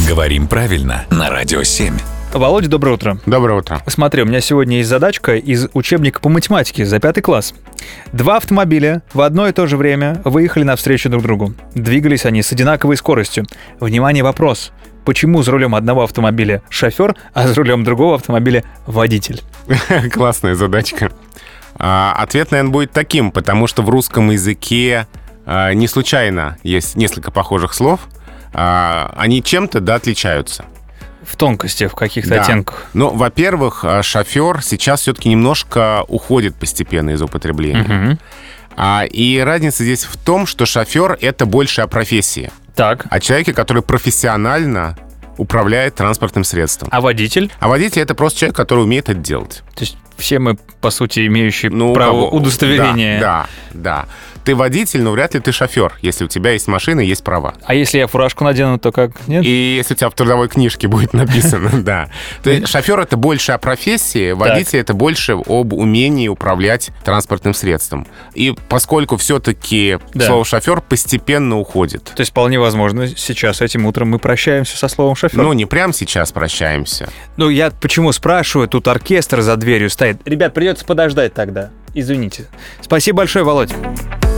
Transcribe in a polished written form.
Говорим правильно на Радио 7. Володя, доброе утро. Доброе утро. Смотри, у меня сегодня есть задачка из учебника по математике за 5 класс. 2 автомобиля в одно и то же время выехали навстречу друг другу. Двигались они с одинаковой скоростью. Внимание, вопрос. Почему за рулем одного автомобиля шофер, а за рулем другого автомобиля водитель? Классная задачка. Ответ, наверное, будет таким, потому что в русском языке не случайно есть несколько похожих слов. Они чем-то, отличаются. В тонкости, в каких-то оттенках. Ну, во-первых, шофер сейчас все-таки немножко уходит постепенно из употребления. И разница здесь в том, что шофер — это больше о профессии. Так. О человеке, который профессионально управляет транспортным средством. А водитель? А водитель — это просто человек, который умеет это делать. То есть все мы, по сути, имеющие право удостоверения. Да. Ты водитель, но вряд ли ты шофер, если у тебя есть машина и есть права. А если я фуражку надену, то как? Нет? И если у тебя в трудовой книжке будет написано, да. То есть шофер — это больше о профессии, водитель — это больше об умении управлять транспортным средством. И поскольку все-таки слово «шофер» постепенно уходит. То есть вполне возможно, сейчас этим утром мы прощаемся со словом «шофер». Ну, не прямо сейчас прощаемся. Ну, я почему спрашиваю? Тут оркестр за дверью стоит. Ребят, придется подождать тогда. Извините. Спасибо большое, Володь.